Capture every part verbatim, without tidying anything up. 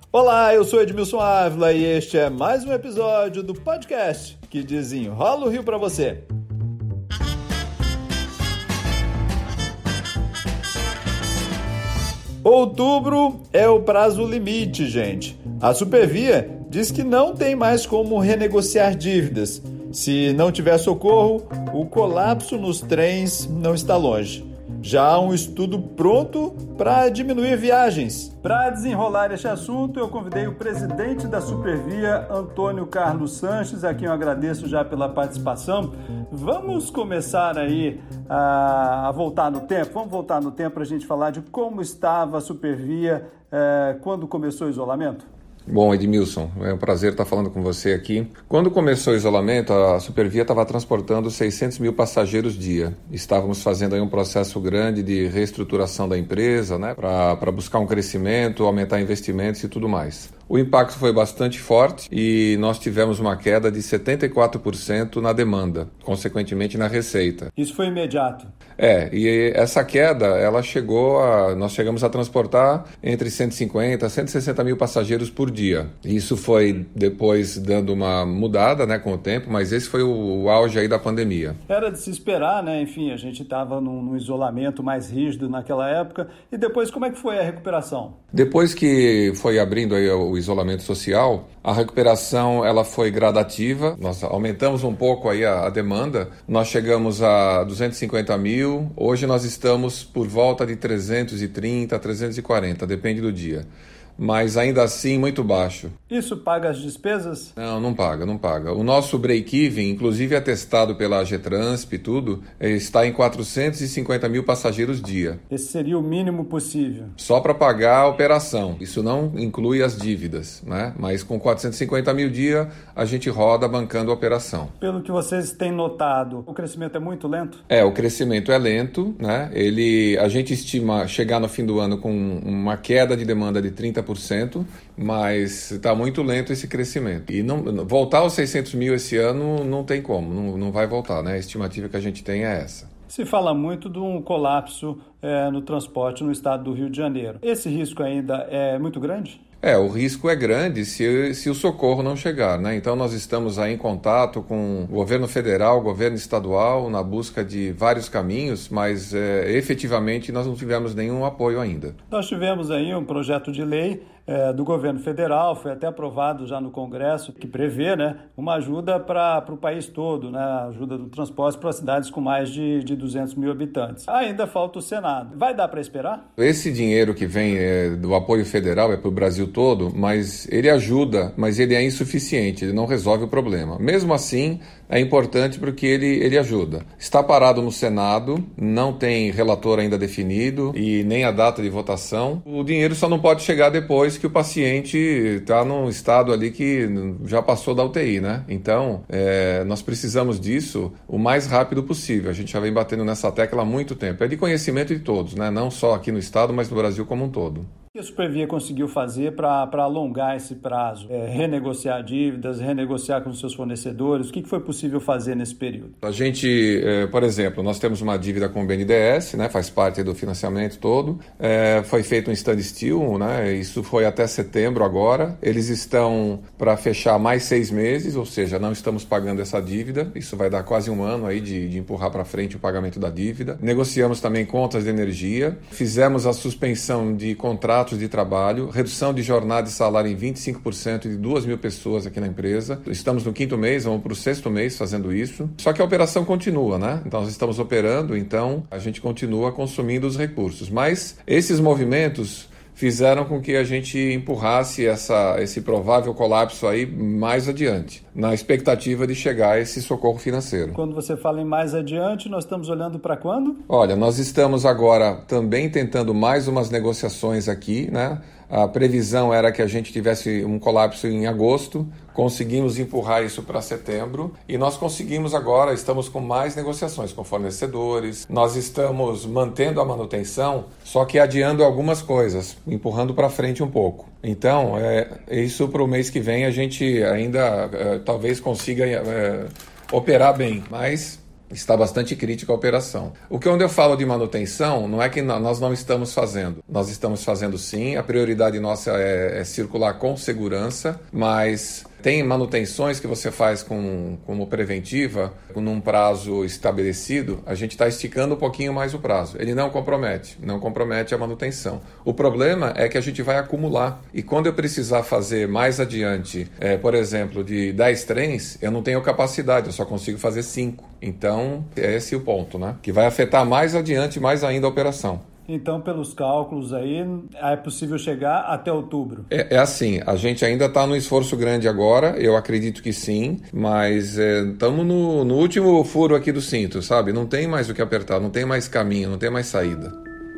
Olá, eu sou Edmilson Ávila e este é mais um episódio do podcast que desenrola o Rio para você. Outubro é o prazo limite, gente. A Supervia diz que não tem mais como renegociar dívidas. Se não tiver socorro, o colapso nos trens não está longe. Já há um estudo pronto para diminuir viagens. Para desenrolar este assunto, eu convidei o presidente da Supervia, Antônio Carlos Sanches, a quem eu agradeço já pela participação. Vamos começar aí a, a voltar no tempo? Vamos voltar no tempo para a gente falar de como estava a Supervia eh, quando começou o isolamento? Bom, Edmilson, é um prazer estar falando com você aqui. Quando começou o isolamento, a Supervia estava transportando seiscentos mil passageiros dia. Estávamos fazendo aí um processo grande de reestruturação da empresa, né, para buscar um crescimento, aumentar investimentos e tudo mais. O impacto foi bastante forte e nós tivemos uma queda de setenta e quatro por cento na demanda, consequentemente na receita. Isso foi imediato? É, e essa queda, ela chegou a... Nós chegamos a transportar entre cento e cinquenta a cento e sessenta mil passageiros por dia. Isso foi depois dando uma mudada, né, com o tempo, mas esse foi o, o auge aí da pandemia. Era de se esperar, né? Enfim, a gente estava num, num isolamento mais rígido naquela época. E depois, como é que foi a recuperação? Depois que foi abrindo aí o isolamento social, a recuperação ela foi gradativa. Nós aumentamos um pouco aí a, a demanda. Nós chegamos a duzentos e cinquenta mil. Hoje nós estamos por volta de trezentos e trinta, trezentos e quarenta, depende do dia. Mas ainda assim muito baixo. Isso paga as despesas? Não, não paga, não paga. O nosso break-even, inclusive atestado pela Getransp e tudo, está em quatrocentos e cinquenta mil passageiros dia. Esse seria o mínimo possível. Só para pagar a operação. Isso não inclui as dívidas, né? Mas com quatrocentos e cinquenta mil dia, a gente roda bancando a operação. Pelo que vocês têm notado, o crescimento é muito lento? É, o crescimento é lento, né? Ele, a gente estima chegar no fim do ano com uma queda de demanda de trinta por cento, mas está muito lento esse crescimento. E não, voltar aos seiscentos mil esse ano não tem como, não, não vai voltar, né? A estimativa que a gente tem é essa. Se fala muito de um colapso é, no transporte no estado do Rio de Janeiro. Esse risco ainda é muito grande? É, o risco é grande se, se o socorro não chegar, né? Então nós estamos aí em contato com o governo federal, o governo estadual, na busca de vários caminhos, mas é, efetivamente nós não tivemos nenhum apoio ainda. Nós tivemos aí um projeto de lei é, do governo federal, foi até aprovado já no Congresso, que prevê, né, uma ajuda para o país todo, né, ajuda do transporte para cidades com mais de, de duzentos mil habitantes. Ainda falta o Senado. Vai dar para esperar? Esse dinheiro que vem é, do apoio federal é para o Brasil todo, mas ele ajuda, mas ele é insuficiente, ele não resolve o problema. Mesmo assim, é importante porque ele, ele ajuda. Está parado no Senado, não tem relator ainda definido e nem a data de votação. O dinheiro só não pode chegar depois que o paciente está num estado ali que já passou da U T I, né? Então, é, nós precisamos disso o mais rápido possível. A gente já vem batendo nessa tecla há muito tempo. É de conhecimento de todos, né? Não só aqui no estado, mas no Brasil como um todo. O que a Supervia conseguiu fazer para alongar esse prazo? É, renegociar dívidas, renegociar com os seus fornecedores? O que, que foi possível fazer nesse período? A gente, é, por exemplo, nós temos uma dívida com o B N D E S, né, faz parte do financiamento todo. É, foi feito um standstill, né, isso foi até setembro agora. Eles estão para fechar mais seis meses, ou seja, não estamos pagando essa dívida. Isso vai dar quase um ano aí de, de empurrar para frente o pagamento da dívida. Negociamos também contas de energia. Fizemos a suspensão de contratos de trabalho, redução de jornada e salário em vinte e cinco por cento de duas mil pessoas aqui na empresa. Estamos no quinto mês, vamos para o sexto mês fazendo isso. Só que a operação continua, né? Então, nós estamos operando, então a gente continua consumindo os recursos. Mas esses movimentos fizeram com que a gente empurrasse essa, esse provável colapso aí mais adiante, na expectativa de chegar a esse socorro financeiro. Quando você fala em mais adiante, nós estamos olhando para quando? Olha, nós estamos agora também tentando mais umas negociações aqui, né? A previsão era que a gente tivesse um colapso em agosto, conseguimos empurrar isso para setembro e nós conseguimos agora, estamos com mais negociações com fornecedores, nós estamos mantendo a manutenção, só que adiando algumas coisas, empurrando para frente um pouco. Então, é, isso para o mês que vem a gente ainda é, talvez consiga é, operar bem, mas está bastante crítica a operação. O que onde eu falo de manutenção não é que nós não estamos fazendo. Nós estamos fazendo sim, a prioridade nossa é, é circular com segurança, mas tem manutenções que você faz com, como preventiva, num prazo estabelecido, a gente está esticando um pouquinho mais o prazo. Ele não compromete, não compromete a manutenção. O problema é que a gente vai acumular. E quando eu precisar fazer mais adiante, é, por exemplo, de dez trens, eu não tenho capacidade, eu só consigo fazer cinco. Então, é esse o ponto, né? Que vai afetar mais adiante, mais ainda a operação. Então, pelos cálculos aí, é possível chegar até outubro? É, é assim, a gente ainda está num esforço grande agora, eu acredito que sim, mas estamos é, no, no último furo aqui do cinto, sabe? Não tem mais o que apertar, não tem mais caminho, não tem mais saída.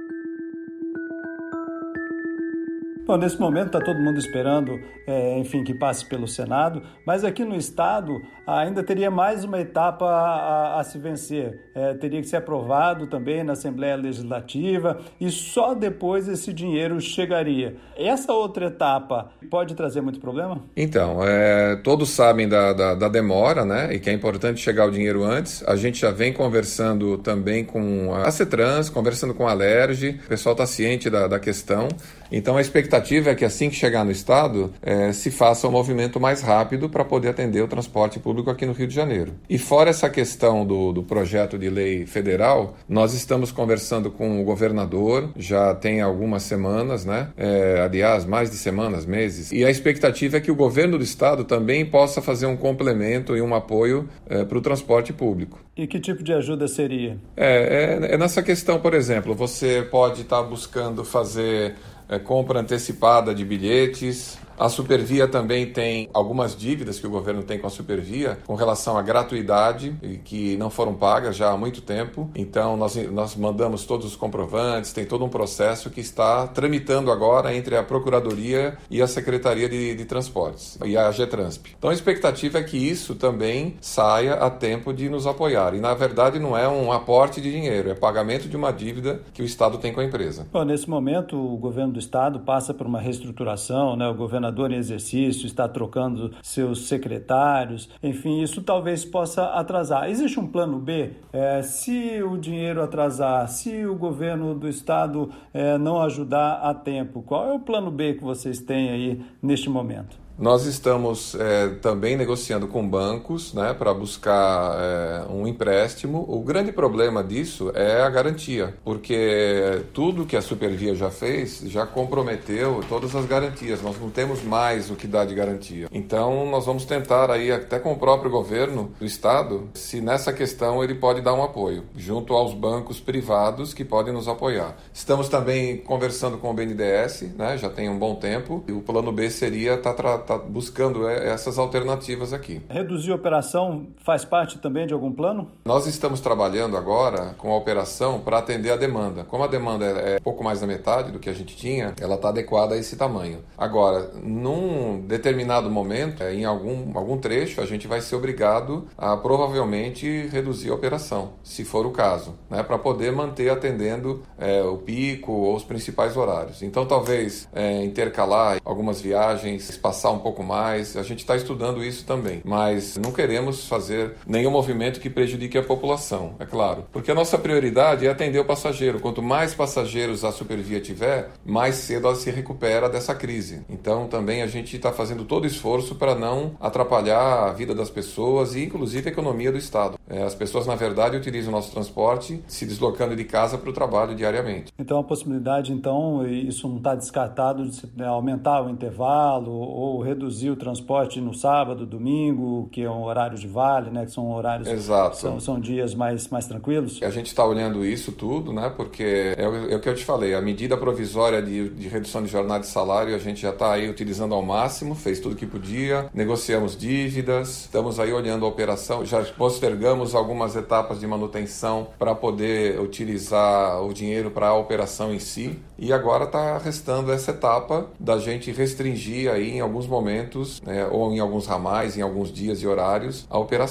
Bom, nesse momento está todo mundo esperando, é, enfim, que passe pelo Senado, mas aqui no Estado ainda teria mais uma etapa a, a, a se vencer. É, teria que ser aprovado também na Assembleia Legislativa e só depois esse dinheiro chegaria. Essa outra etapa pode trazer muito problema? Então, é, todos sabem da, da, da demora, né? E que é importante chegar o dinheiro antes. A gente já vem conversando também com a CETRANS, conversando com a Alerj, o pessoal está ciente da, da questão. Então, a expectativa é que assim que chegar no Estado, é, se faça um movimento mais rápido para poder atender o transporte público aqui no Rio de Janeiro. E fora essa questão do, do projeto de lei federal, nós estamos conversando com o governador, já tem algumas semanas, né? É, aliás, mais de semanas, meses, e a expectativa é que o governo do Estado também possa fazer um complemento e um apoio é, para o transporte público. E que tipo de ajuda seria? É, é, é nessa questão, por exemplo, você pode estar buscando fazer É, compra antecipada de bilhetes. A Supervia também tem algumas dívidas que o governo tem com a Supervia com relação à gratuidade, que não foram pagas já há muito tempo. Então, nós, nós mandamos todos os comprovantes, tem todo um processo que está tramitando agora entre a Procuradoria e a Secretaria de, de Transportes e a Getransp. Então, a expectativa é que isso também saia a tempo de nos apoiar. E, na verdade, não é um aporte de dinheiro, é pagamento de uma dívida que o Estado tem com a empresa. Bom, nesse momento, o governo do Estado passa por uma reestruturação, né? O governador em exercício está trocando seus secretários, enfim, isso talvez possa atrasar. Existe um plano B? É, se o dinheiro atrasar, se o governo do Estado é, não ajudar a tempo, qual é o plano B que vocês têm aí neste momento? Nós estamos é, também negociando com bancos, né, para buscar é, um empréstimo. O grande problema disso é a garantia, porque tudo que a Supervia já fez já comprometeu todas as garantias. Nós não temos mais o que dar de garantia. Então, nós vamos tentar aí, até com o próprio governo do Estado, se nessa questão ele pode dar um apoio, junto aos bancos privados que podem nos apoiar. Estamos também conversando com o B N D E S, né, já tem um bom tempo, e o plano B seria estar tratando está buscando essas alternativas aqui. Reduzir a operação faz parte também de algum plano? Nós estamos trabalhando agora com a operação para atender a demanda. Como a demanda é pouco mais da metade do que a gente tinha, ela está adequada a esse tamanho. Agora, num determinado momento, em algum, algum trecho, a gente vai ser obrigado a provavelmente reduzir a operação, se for o caso, né, para poder manter atendendo é, o pico ou os principais horários. Então, talvez é, intercalar algumas viagens, passar um um pouco mais, a gente está estudando isso também, mas não queremos fazer nenhum movimento que prejudique a população, é claro, porque a nossa prioridade é atender o passageiro. Quanto mais passageiros a Supervia tiver, mais cedo ela se recupera dessa crise. Então também a gente está fazendo todo o esforço para não atrapalhar a vida das pessoas e inclusive a economia do Estado. É, as pessoas na verdade utilizam o nosso transporte se deslocando de casa para o trabalho diariamente. Então a possibilidade, então, isso não está descartado de aumentar o intervalo ou reduzir o transporte no sábado, domingo, que é um horário de vale, né? Que são horários, Exato. São, são dias mais, mais tranquilos. A gente está olhando isso tudo, né? Porque é o, é o que eu te falei, a medida provisória de, de redução de jornada de salário, a gente já está aí utilizando ao máximo, fez tudo que podia, negociamos dívidas, estamos aí olhando a operação, já postergamos algumas etapas de manutenção para poder utilizar o dinheiro para a operação em si, e agora está restando essa etapa da gente restringir aí em alguns momentos, né, ou em alguns ramais, em alguns dias e horários, a operação.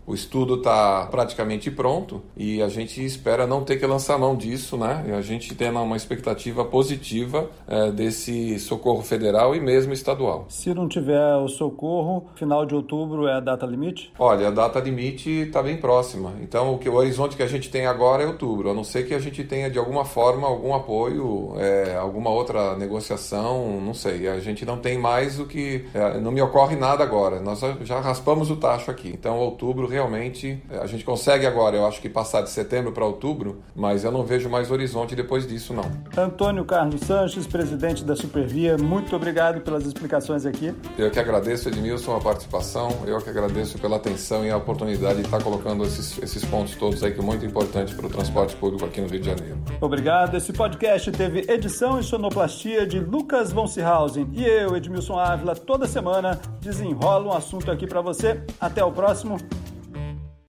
O estudo está praticamente pronto e a gente espera não ter que lançar mão disso, né? E a gente tem uma expectativa positiva é, desse socorro federal e mesmo estadual. Se não tiver o socorro, final de outubro é a data limite? Olha, a data limite está bem próxima. Então, o, que, o horizonte que a gente tem agora é outubro, a não ser que a gente tenha de alguma forma algum apoio, é, alguma outra negociação, não sei. A gente não tem mais o que... É, não me ocorre nada agora. Nós já raspamos o tacho aqui. Então, outubro realmente... A gente consegue agora, eu acho que passar de setembro para outubro, mas eu não vejo mais horizonte depois disso, não. Antônio Carlos Sanches, presidente da Supervia, muito obrigado pelas explicações aqui. Eu que agradeço, Edmilson, a participação. Eu que agradeço pela atenção e a oportunidade de estar colocando esses, esses pontos todos aí que é muito importante para o transporte público aqui no Rio de Janeiro. Obrigado. Esse podcast teve edição e sonoplastia de Lucas von Seehausen e eu, Edmilson Ávila, toda semana desenrola um assunto aqui para você. Até o próximo.